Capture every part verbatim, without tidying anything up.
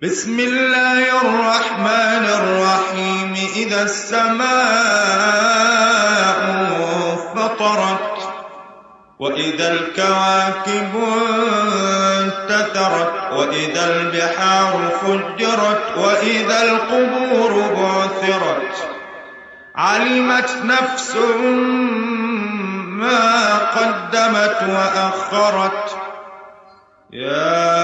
بسم الله الرحمن الرحيم إذا السماء انفطرت وإذا الكواكب انتثرت وإذا البحار فجرت وإذا القبور بعثرت علمت نفس ما قدمت وأخرت يا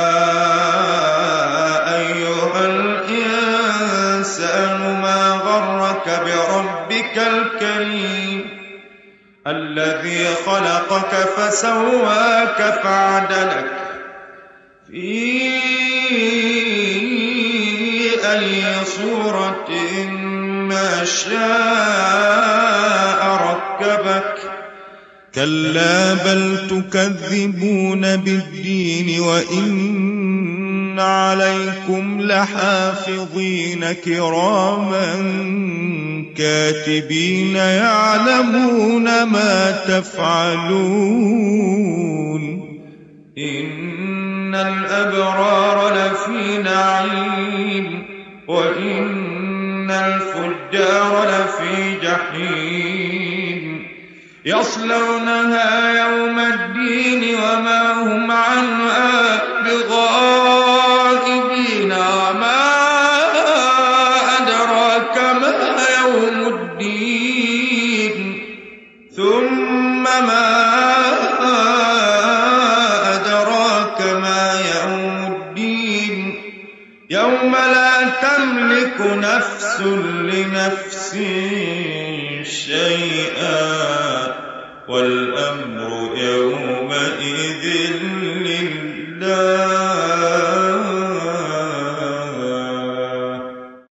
أيها الإنسان ما غرك بربك الكريم الذي خلقك فسواك فعدلك في أي صورة ما شاء ركبك كلا بل تكذبون بالدين وإن عليكم لحافظين كراما كاتبين يعلمون ما تفعلون إن الأبرار لفي نعيم وإن الفجار لفي جحيم يصلونها يوم الدين وما هم عنها بغائبين وما أدراك ما يوم الدين ثم ما أدراك ما يوم الدين يوم لا تملك نفس لنفس شيئا والأمر يوم